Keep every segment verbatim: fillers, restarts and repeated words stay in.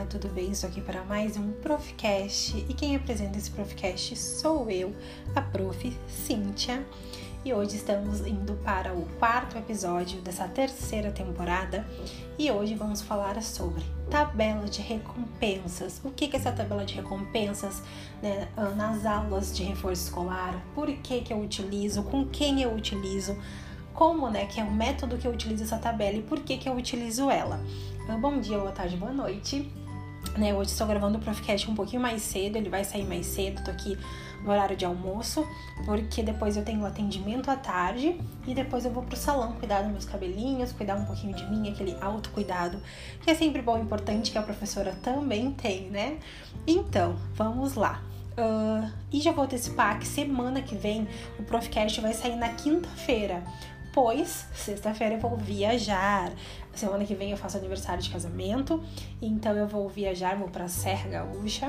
tudo bem? Estou aqui para mais um Profcast e quem apresenta esse Profcast sou eu, a Prof Cíntia. E hoje estamos indo para o quarto episódio dessa terceira temporada e hoje vamos falar sobre tabela de recompensas. O que é essa tabela de recompensas, né, nas aulas de reforço escolar, por que que eu utilizo, com quem eu utilizo, como, né, que é o método que eu utilizo essa tabela e por que que eu utilizo ela. Bom dia, boa tarde, boa noite. Né, hoje estou gravando o Profcast um pouquinho mais cedo, ele vai sair mais cedo, tô aqui no horário de almoço, porque depois eu tenho o atendimento à tarde e depois eu vou pro salão cuidar dos meus cabelinhos, cuidar um pouquinho de mim, aquele autocuidado, que é sempre bom e importante, que a professora também tem, né? Então, vamos lá. Uh, e já vou antecipar que semana que vem o Profcast vai sair na quinta-feira, pois sexta-feira eu vou viajar. Semana que vem eu faço aniversário de casamento, então eu vou viajar, vou pra Serra Gaúcha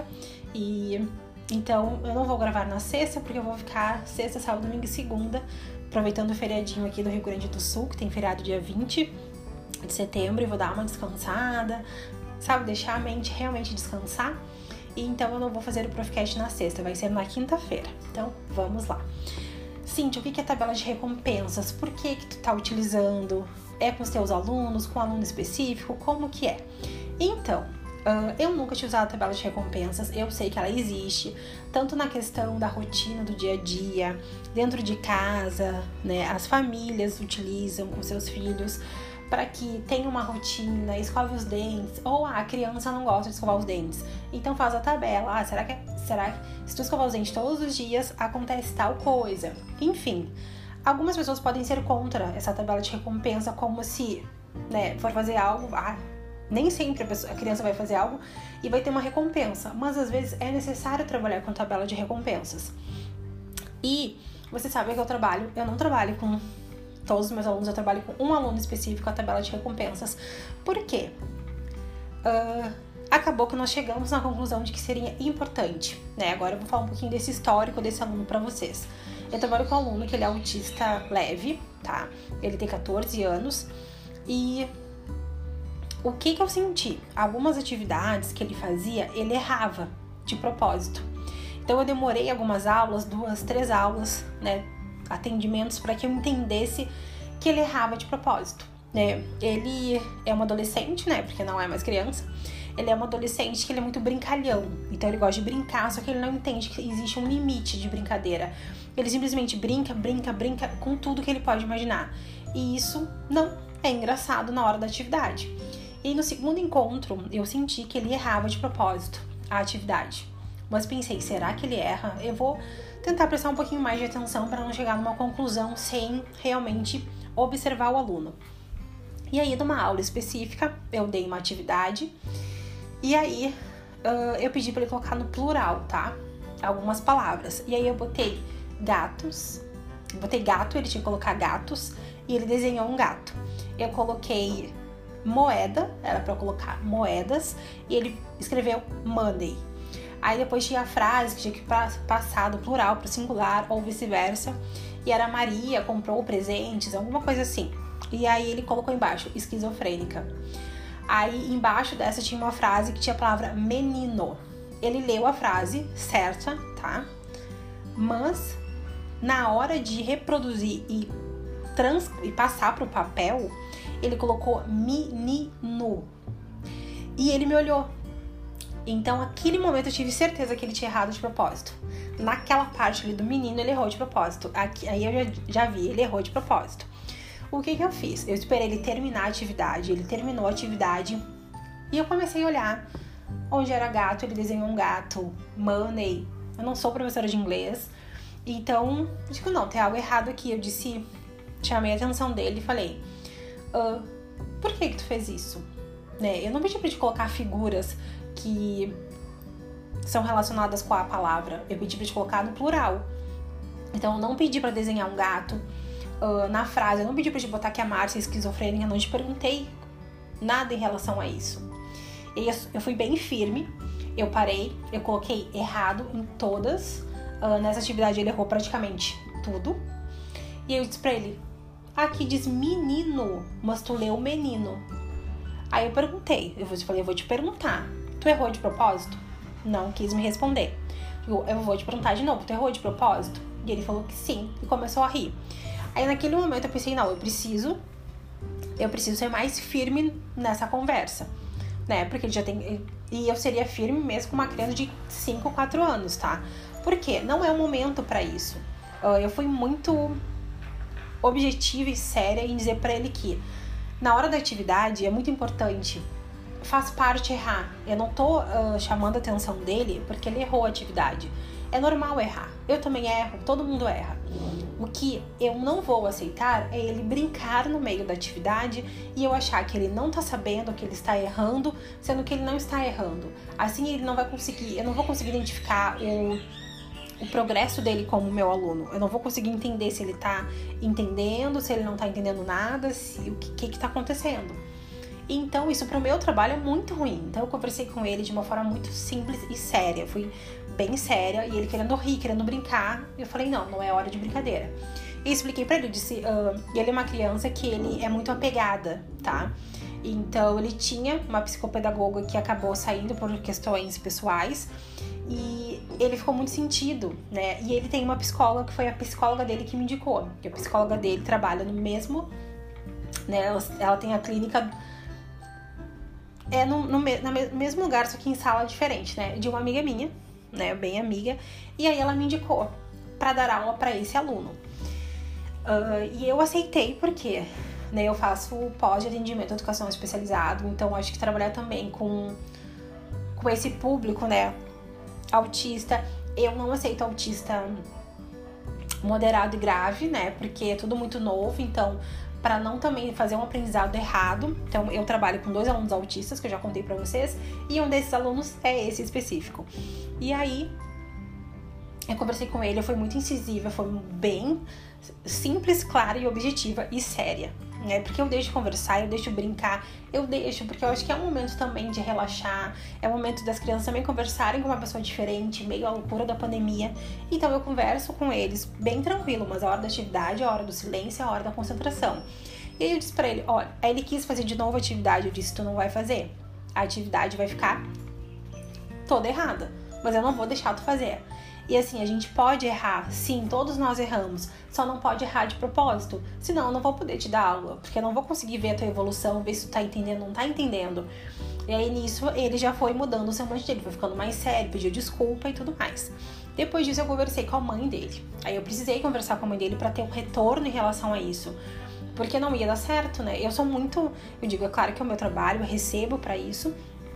e então eu não vou gravar na sexta, porque eu vou ficar sexta, sábado, domingo e segunda, aproveitando o feriadinho aqui do Rio Grande do Sul, que tem feriado dia vinte de setembro, e vou dar uma descansada, sabe, deixar a mente realmente descansar. E então eu não vou fazer o Profcast na sexta, vai ser na quinta-feira. Então vamos lá. Cíntia, o que é tabela de recompensas? Por que que tu tá utilizando? É com os teus alunos, com um aluno específico? Como que é? Então, uh, eu nunca tinha usado a tabela de recompensas, eu sei que ela existe, tanto na questão da rotina do dia a dia, dentro de casa, né? As famílias utilizam com seus filhos para que tenha uma rotina, escove os dentes, ou ah, a criança não gosta de escovar os dentes, então faz a tabela. Ah, será que, será que se tu escovar os dentes todos os dias, acontece tal coisa? Enfim, algumas pessoas podem ser contra essa tabela de recompensa, como se, né, for fazer algo, ah, nem sempre a, pessoa, a criança vai fazer algo e vai ter uma recompensa, mas às vezes é necessário trabalhar com tabela de recompensas. E você sabe que eu trabalho, eu não trabalho com todos os meus alunos, eu trabalho com um aluno específico, a tabela de recompensas. Por quê? Uh, acabou que nós chegamos na conclusão de que seria importante, né? Agora eu vou falar um pouquinho desse histórico desse aluno pra vocês. Eu trabalho com um aluno que ele é autista leve, tá? Ele tem catorze anos e o que que eu senti? Algumas atividades que ele fazia, ele errava de propósito. Então eu demorei algumas aulas, duas, três aulas, né? atendimentos para que eu entendesse que ele errava de propósito, né? Ele é um adolescente, né? Porque não é mais criança. Ele é um adolescente que ele é muito brincalhão. Então ele gosta de brincar, só que ele não entende que existe um limite de brincadeira. Ele simplesmente brinca, brinca, brinca com tudo que ele pode imaginar. E isso não é engraçado na hora da atividade. E no segundo encontro, eu senti que ele errava de propósito a atividade. Mas pensei, será que ele erra? Eu vou tentar prestar um pouquinho mais de atenção para não chegar numa conclusão sem realmente observar o aluno. E aí, numa aula específica, eu dei uma atividade e aí uh, eu pedi para ele colocar no plural, tá? Algumas palavras. E aí eu botei gatos, botei gato, ele tinha que colocar gatos e ele desenhou um gato. Eu coloquei moeda, era para colocar moedas, e ele escreveu Monday. Aí depois tinha a frase que tinha que passar do plural para o singular ou vice-versa. E era Maria comprou presentes, alguma coisa assim. E aí ele colocou embaixo, esquizofrênica. Aí embaixo dessa tinha uma frase que tinha a palavra menino. Ele leu a frase certa, tá? Mas na hora de reproduzir e, trans, e passar para o papel, ele colocou menino. E ele me olhou. Então, naquele momento, eu tive certeza que ele tinha errado de propósito. Naquela parte ali do menino, ele errou de propósito. Aqui, aí eu já, já vi, ele errou de propósito. O que que eu fiz? Eu esperei ele terminar a atividade, ele terminou a atividade e eu comecei a olhar onde era gato, ele desenhou um gato, money. Eu não sou professora de inglês, então, eu digo, não, tem algo errado aqui. Eu disse, chamei a atenção dele e falei, ah, por que que tu fez isso? Né? Eu não pedi pra te colocar figuras que são relacionadas com a palavra, eu pedi pra te colocar no plural. Então eu não pedi pra desenhar um gato uh, na frase, eu não pedi pra te botar que a Márcia é esquizofrênica, eu não te perguntei nada em relação a isso. E eu fui bem firme, eu parei, eu coloquei errado em todas, uh, nessa atividade ele errou praticamente tudo, e eu disse pra ele, aqui diz menino, mas tu leu menino. Aí eu perguntei, eu falei, eu vou te perguntar, tu tu errou de propósito? Não quis me responder. Eu, eu vou te perguntar de novo, tu errou de propósito? E ele falou que sim, e começou a rir. Aí naquele momento eu pensei, não, eu preciso, eu preciso ser mais firme nessa conversa, né? Porque ele já tem, e eu seria firme mesmo com uma criança de cinco, quatro anos, tá? Por quê? Não é o momento pra isso. Eu fui muito objetiva e séria em dizer pra ele que na hora da atividade é muito importante, faz parte errar. Eu não tô uh, chamando a atenção dele porque ele errou a atividade. É normal errar. Eu também erro, todo mundo erra. O que eu não vou aceitar é ele brincar no meio da atividade e eu achar que ele não tá sabendo, que ele está errando, sendo que ele não está errando. Assim ele não vai conseguir, eu não vou conseguir identificar o, o progresso dele como meu aluno. Eu não vou conseguir entender se ele tá entendendo, se ele não tá entendendo nada, se, o que, que que tá acontecendo. Então, isso pro meu trabalho é muito ruim. Então, eu conversei com ele de uma forma muito simples e séria. Eu fui bem séria e ele querendo rir, querendo brincar. Eu falei, não, não é hora de brincadeira. E expliquei pra ele, eu disse, uh, ele é uma criança que ele é muito apegada, tá? Então, ele tinha uma psicopedagoga que acabou saindo por questões pessoais e ele ficou muito sentido, né? E ele tem uma psicóloga que foi a psicóloga dele que me indicou. Que a psicóloga dele trabalha no mesmo, né? Ela, ela tem a clínica... É no, no, no mesmo lugar, só que em sala diferente, né? De uma amiga minha, né? Bem amiga. E aí ela me indicou pra dar aula pra esse aluno. Uh, e eu aceitei porque, né? Eu faço pós-atendimento, educação especializado. Então, acho que trabalhar também com, com esse público, né? Autista. Eu não aceito autista moderado e grave, né? Porque é tudo muito novo, então... para não também fazer um aprendizado errado. Então, eu trabalho com dois alunos autistas, que eu já contei pra vocês, e um desses alunos é esse específico. E aí, eu conversei com ele, eu fui muito incisiva, foi bem simples, clara e objetiva e séria, né? Porque eu deixo conversar, eu deixo brincar, eu deixo, porque eu acho que é um momento também de relaxar, é um momento das crianças também conversarem com uma pessoa diferente, meio à loucura da pandemia. Então eu converso com eles bem tranquilo, mas a hora da atividade, a hora do silêncio, a hora da concentração. E aí eu disse pra ele, olha, aí ele quis fazer de novo a atividade, eu disse, tu não vai fazer, a atividade vai ficar toda errada, mas eu não vou deixar tu fazer. E assim, a gente pode errar, sim, todos nós erramos, só não pode errar de propósito, senão eu não vou poder te dar aula, porque eu não vou conseguir ver a tua evolução, ver se tu tá entendendo ou não tá entendendo. E aí nisso ele já foi mudando o semblante dele, foi ficando mais sério, pediu desculpa e tudo mais. Depois disso eu conversei com a mãe dele, aí eu precisei conversar com a mãe dele pra ter um retorno em relação a isso, porque não ia dar certo, né? Eu sou muito, eu digo, é claro que é o meu trabalho, eu recebo pra isso,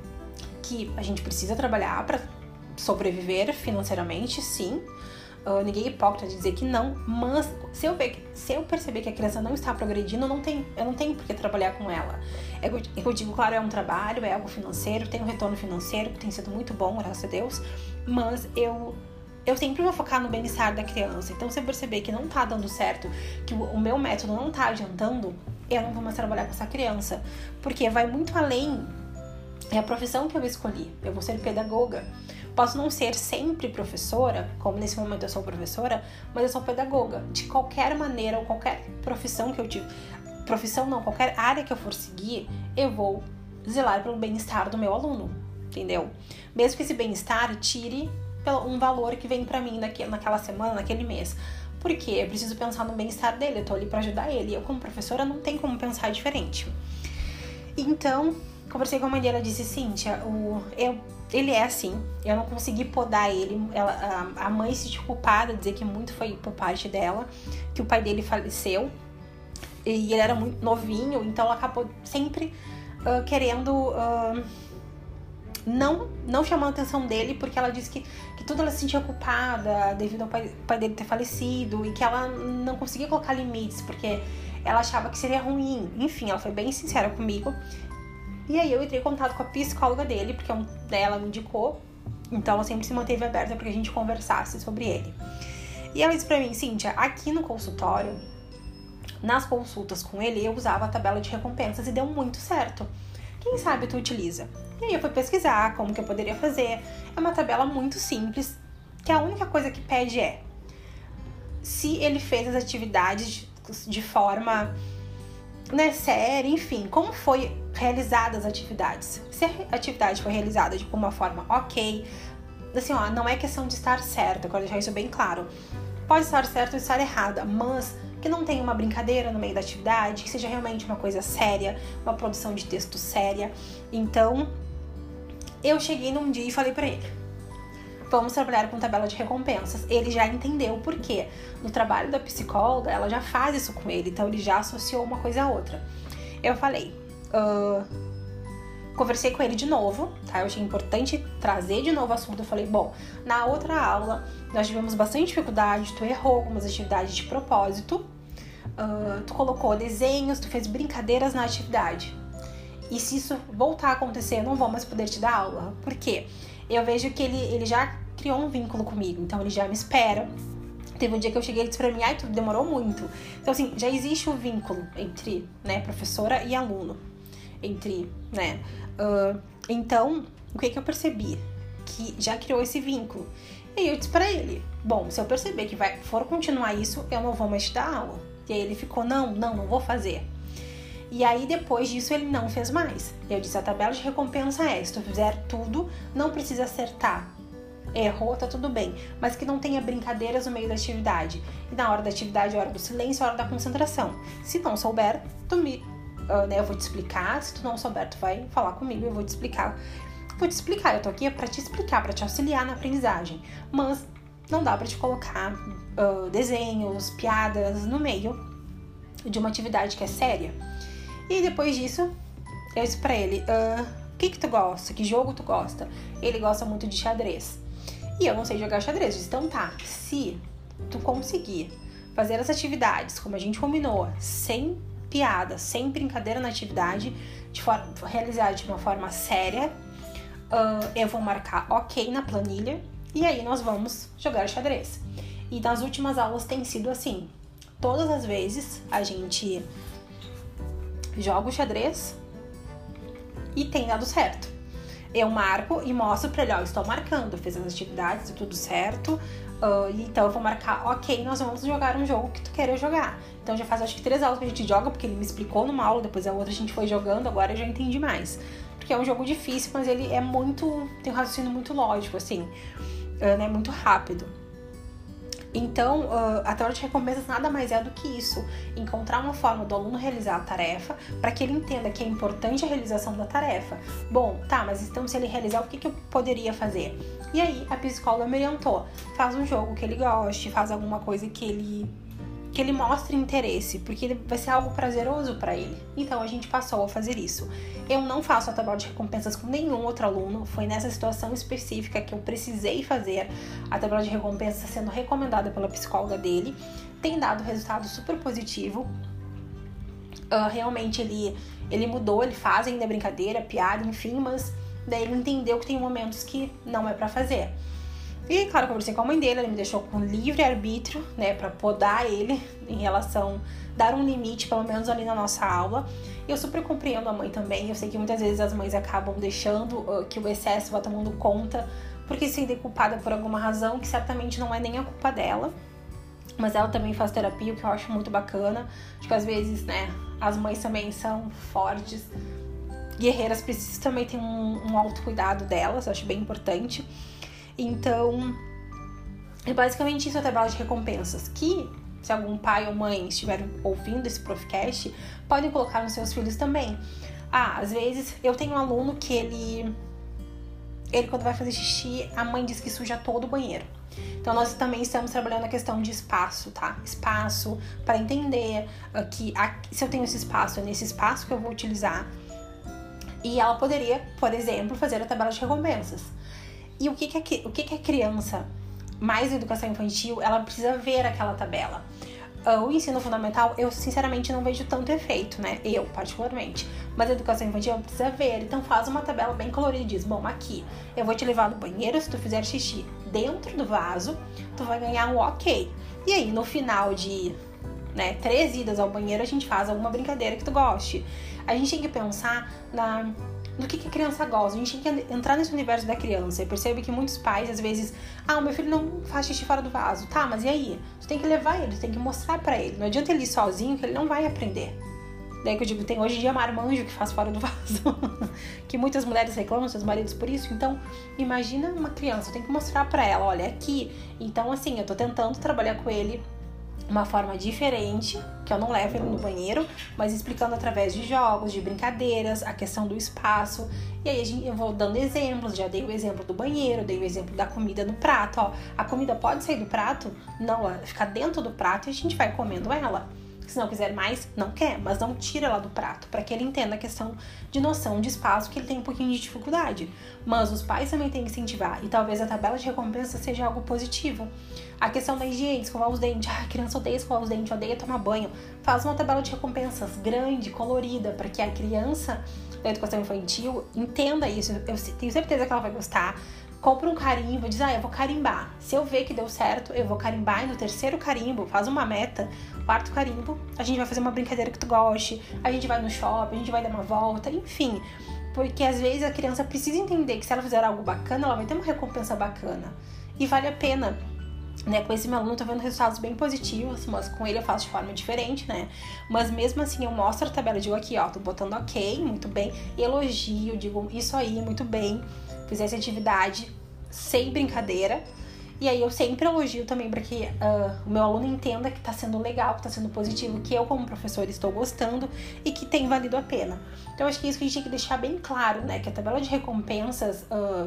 que a gente precisa trabalhar pra sobreviver financeiramente, sim. Uh, ninguém é hipócrita de dizer que não, mas se eu, ver, se eu perceber que a criança não está progredindo, eu não tenho, eu não tenho por que trabalhar com ela. É, eu digo, claro, é um trabalho, é algo financeiro, tem um retorno financeiro que tem sido muito bom, graças a Deus, mas eu, eu sempre vou focar no bem-estar da criança. Então, se eu perceber que não tá dando certo, que o, o meu método não tá adiantando, eu não vou mais trabalhar com essa criança, porque vai muito além. É a profissão que eu escolhi, eu vou ser pedagoga. Posso não ser sempre professora, como nesse momento eu sou professora, mas eu sou pedagoga. De qualquer maneira, ou qualquer profissão que eu tive, profissão não, qualquer área que eu for seguir, eu vou zelar pelo bem-estar do meu aluno, entendeu? Mesmo que esse bem-estar tire um valor que vem pra mim naquela semana, naquele mês. Porque eu preciso pensar no bem-estar dele, eu tô ali pra ajudar ele. Eu, como professora, não tenho como pensar diferente. Então, conversei com a mãe dele, ela disse, Cíntia, o, eu, ele é assim, eu não consegui podar ele. Ela, a, a mãe se sentiu culpada, dizer que muito foi por parte dela, que o pai dele faleceu, e ele era muito novinho, então ela acabou sempre uh, querendo... Uh, não, não chamando a atenção dele, porque ela disse que, que tudo ela se sentia culpada devido ao pai, pai dele ter falecido, e que ela não conseguia colocar limites, porque ela achava que seria ruim. Enfim, ela foi bem sincera comigo. E aí eu entrei em contato com a psicóloga dele, porque um, ela me indicou. Então ela sempre se manteve aberta para que a gente conversasse sobre ele. E ela disse pra mim, Cíntia, aqui no consultório, nas consultas com ele, eu usava a tabela de recompensas e deu muito certo. Quem sabe tu utiliza? E aí eu fui pesquisar como que eu poderia fazer. É uma tabela muito simples, que a única coisa que pede é se ele fez as atividades de, de forma, né, séria, enfim, como foi realizadas as atividades. Se a atividade foi realizada de uma forma ok, assim, ó, não é questão de estar certa, eu quero deixar isso bem claro. Pode estar certo ou estar errada, mas que não tenha uma brincadeira no meio da atividade, que seja realmente uma coisa séria, uma produção de texto séria. Então, eu cheguei num dia e falei pra ele: vamos trabalhar com tabela de recompensas. Ele já entendeu por quê. No trabalho da psicóloga, ela já faz isso com ele, então ele já associou uma coisa a outra. Eu falei, uh, conversei com ele de novo, tá? Eu achei importante trazer de novo o assunto. Eu falei, bom, na outra aula nós tivemos bastante dificuldade, tu errou algumas atividades de propósito, uh, tu colocou desenhos, tu fez brincadeiras na atividade. E se isso voltar a acontecer, eu não vou mais poder te dar aula. Por quê? Eu vejo que ele, ele já criou um vínculo comigo, então ele já me espera. Teve um dia que eu cheguei e disse pra mim, ai, tudo demorou muito. Então, assim, já existe um vínculo entre, né, professora e aluno. Entre, né, uh, então, o que que eu percebi? Que já criou esse vínculo. E aí eu disse pra ele, bom, se eu perceber que vai, for continuar isso, eu não vou mais te dar aula. E aí ele ficou, não, não, não vou fazer. E aí, depois disso, ele não fez mais. Eu disse, a tabela de recompensa é, se tu fizer tudo, não precisa acertar. Errou, tá tudo bem. Mas que não tenha brincadeiras no meio da atividade. E na hora da atividade, a hora do silêncio, a hora da concentração. Se não souber, tu me, uh, né, eu vou te explicar. Se tu não souber, tu vai falar comigo, eu vou te explicar. Vou te explicar, eu tô aqui pra te explicar, pra te auxiliar na aprendizagem. Mas não dá pra te colocar uh, desenhos, piadas no meio de uma atividade que é séria. E depois disso, eu disse pra ele, uh, o que que tu gosta? Que jogo tu gosta? Ele gosta muito de xadrez. E eu não sei jogar xadrez. Eu disse, então tá, se tu conseguir fazer as atividades como a gente combinou, sem piada, sem brincadeira na atividade, de forma, realizar de uma forma séria, uh, eu vou marcar ok na planilha e aí nós vamos jogar xadrez. E nas últimas aulas tem sido assim. Todas as vezes a gente joga o xadrez e tem dado certo. Eu marco e mostro pra ele, ó, estou marcando, fiz as atividades, tudo certo, uh, então eu vou marcar, ok, nós vamos jogar um jogo que tu queira jogar. Então já faz acho que três aulas que a gente joga, porque ele me explicou numa aula, depois a outra a gente foi jogando, agora eu já entendi mais. Porque é um jogo difícil, mas ele é muito, tem um raciocínio muito lógico, assim, uh, né, muito rápido. Então, uh, a tabela de recompensas nada mais é do que isso, encontrar uma forma do aluno realizar a tarefa para que ele entenda que é importante a realização da tarefa. Bom, tá, mas então se ele realizar, o que, que eu poderia fazer? E aí a psicóloga me orientou, faz um jogo que ele goste, faz alguma coisa que ele, que ele mostre interesse, porque ele vai ser algo prazeroso para ele. Então a gente passou a fazer isso. Eu não faço a tabela de recompensas com nenhum outro aluno, foi nessa situação específica que eu precisei fazer a tabela de recompensas, sendo recomendada pela psicóloga dele. Tem dado resultado super positivo. Uh, realmente ele, ele mudou, ele faz ainda brincadeira, piada, enfim, mas daí ele entendeu que tem momentos que não é pra fazer. E, claro, eu conversei com a mãe dele, ele me deixou com livre arbítrio, né, pra podar ele em relação, dar um limite, pelo menos ali na nossa aula. E eu super compreendo a mãe também, eu sei que muitas vezes as mães acabam deixando uh, que o excesso vá tomando conta, porque se sentem culpada por alguma razão, que certamente não é nem a culpa dela. Mas ela também faz terapia, o que eu acho muito bacana. Acho que às vezes, né, as mães também são fortes, guerreiras, precisam também ter um, um autocuidado delas, eu acho bem importante. Então, é basicamente isso a tabela de recompensas, que se algum pai ou mãe estiver ouvindo esse podcast, podem colocar nos seus filhos também. Ah, às vezes eu tenho um aluno que ele, ele quando vai fazer xixi, a mãe diz que suja todo o banheiro. Então nós também estamos trabalhando a questão de espaço, tá? Espaço para entender uh, que a, se eu tenho esse espaço, é nesse espaço que eu vou utilizar. E ela poderia, por exemplo, fazer a tabela de recompensas. E o que que a, o que que a criança, mais educação infantil, ela precisa ver aquela tabela. Uh, o ensino fundamental, eu sinceramente não vejo tanto efeito, né? Eu, particularmente. Mas a educação infantil precisa ver. Então faz uma tabela bem colorida e diz, bom, aqui, eu vou te levar no banheiro, se tu fizer xixi dentro do vaso, tu vai ganhar um ok. E aí, no final de, né, três idas ao banheiro, a gente faz alguma brincadeira que tu goste. A gente tem que pensar na... do que, que a criança gosta, a gente tem que entrar nesse universo da criança. Eu percebo que muitos pais, às vezes, ah, o meu filho não faz xixi fora do vaso, tá, mas e aí? Tu tem que levar ele, tu tem que mostrar pra ele, não adianta ele ir sozinho que ele não vai aprender. Daí que eu digo, tem hoje em dia marmanjo que faz fora do vaso, que muitas mulheres reclamam seus maridos por isso. Então, imagina uma criança, eu tenho que mostrar pra ela, olha, aqui. Então, assim, eu tô tentando trabalhar com ele uma forma diferente, que eu não levo ele no banheiro, mas explicando através de jogos, de brincadeiras, a questão do espaço. E aí a gente, eu vou dando exemplos, já dei o exemplo do banheiro, dei o exemplo da comida no prato, ó. A comida pode sair do prato? Não, ela fica dentro do prato e a gente vai comendo ela. Se não quiser mais, não quer, mas não tira ela do prato, para que ele entenda a questão de noção de espaço, que ele tem um pouquinho de dificuldade. Mas os pais também têm que incentivar, e talvez a tabela de recompensa seja algo positivo. A questão da higiene, escovar os dentes, ah, a criança odeia escovar os dentes, odeia tomar banho. Faz uma tabela de recompensas grande, colorida, para que a criança da educação infantil entenda isso. Eu tenho certeza que ela vai gostar. Compra um carimbo, diz, ah, eu vou carimbar. Se eu ver que deu certo, eu vou carimbar, e no terceiro carimbo, faz uma meta, quarto carimbo, a gente vai fazer uma brincadeira que tu goste, a gente vai no shopping, a gente vai dar uma volta, enfim. Porque às vezes a criança precisa entender que se ela fizer algo bacana, ela vai ter uma recompensa bacana. E vale a pena. Né, com esse meu aluno eu tô vendo resultados bem positivos, mas com ele eu faço de forma diferente, né? Mas mesmo assim eu mostro a tabela, digo aqui, ó, tô botando ok, muito bem, elogio, digo isso aí, muito bem, fiz essa atividade sem brincadeira. E aí eu sempre elogio também para que uh, o meu aluno entenda que tá sendo legal, que tá sendo positivo, que eu como professor estou gostando e que tem valido a pena. Então acho que é isso que a gente tem que deixar bem claro, né? Que a tabela de recompensas uh,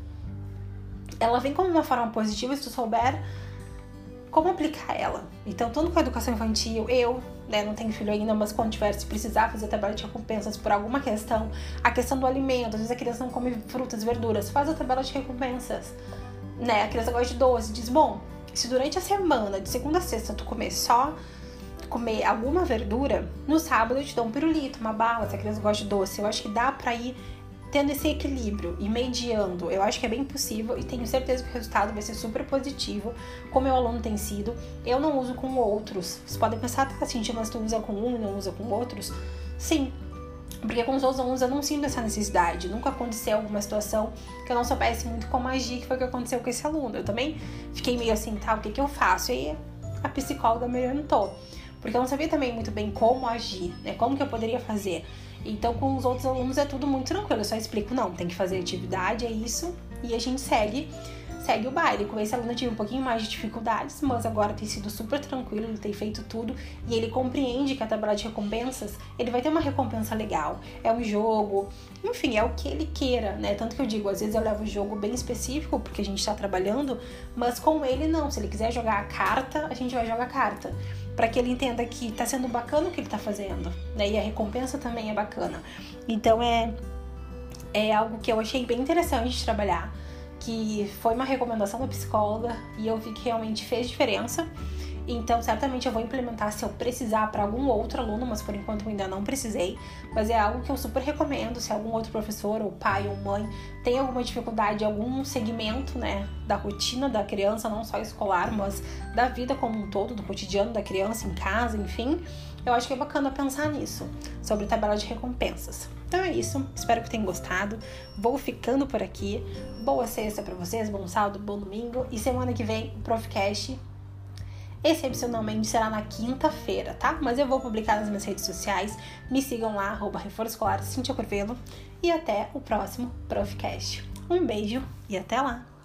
ela vem como uma forma positiva se tu souber como aplicar ela. Então, tanto com a educação infantil, eu, né, não tenho filho ainda, mas quando tiver, se precisar fazer tabela de recompensas por alguma questão, a questão do alimento, às vezes a criança não come frutas, verduras, faz a tabela de recompensas, né? A criança gosta de doce, diz, bom, se durante a semana, de segunda a sexta, tu comer só comer alguma verdura, no sábado eu te dou um pirulito, uma bala, se a criança gosta de doce. Eu acho que dá pra ir tendo esse equilíbrio e mediando. Eu acho que é bem possível e tenho certeza que o resultado vai ser super positivo, como meu aluno tem sido. Eu não uso com outros. Vocês podem pensar, tá, Cintia, mas tu usa com um e não usa com outros? Sim, porque com os outros alunos eu não sinto essa necessidade. Nunca aconteceu alguma situação que eu não soubesse muito como agir, que foi o que aconteceu com esse aluno. Eu também fiquei meio assim, tá, o que que eu faço? E aí a psicóloga me orientou, porque eu não sabia também muito bem como agir, né, como que eu poderia fazer. Então, com os outros alunos é tudo muito tranquilo. Eu só explico, não, tem que fazer atividade, é isso. E a gente segue, segue o baile. Com esse aluno eu tive um pouquinho mais de dificuldades, mas agora tem sido super tranquilo, ele tem feito tudo. E ele compreende que a tabela de recompensas, ele vai ter uma recompensa legal. É um jogo, enfim, é o que ele queira, né? Tanto que eu digo, às vezes eu levo um jogo bem específico, porque a gente tá trabalhando, mas com ele não. Se ele quiser jogar a carta, a gente vai jogar a carta, para que ele entenda que tá sendo bacana o que ele tá fazendo, né? E a recompensa também é bacana. Então é, é algo que eu achei bem interessante de trabalhar, que foi uma recomendação da psicóloga e eu vi que realmente fez diferença. Então, certamente eu vou implementar se eu precisar para algum outro aluno, mas por enquanto eu ainda não precisei. Mas é algo que eu super recomendo se algum outro professor, ou pai, ou mãe, tem alguma dificuldade, algum segmento, né, da rotina da criança, não só escolar, mas da vida como um todo, do cotidiano da criança em casa, enfim. Eu acho que é bacana pensar nisso, sobre tabela de recompensas. Então é isso, espero que tenham gostado. Vou ficando por aqui. Boa sexta para vocês, bom sábado, bom domingo. E semana que vem, o Profcast excepcionalmente será na quinta-feira, tá? Mas eu vou publicar nas minhas redes sociais. Me sigam lá, arroba Reforço Escolar Cintia Curvelo. E até o próximo Profcast. Um beijo e até lá!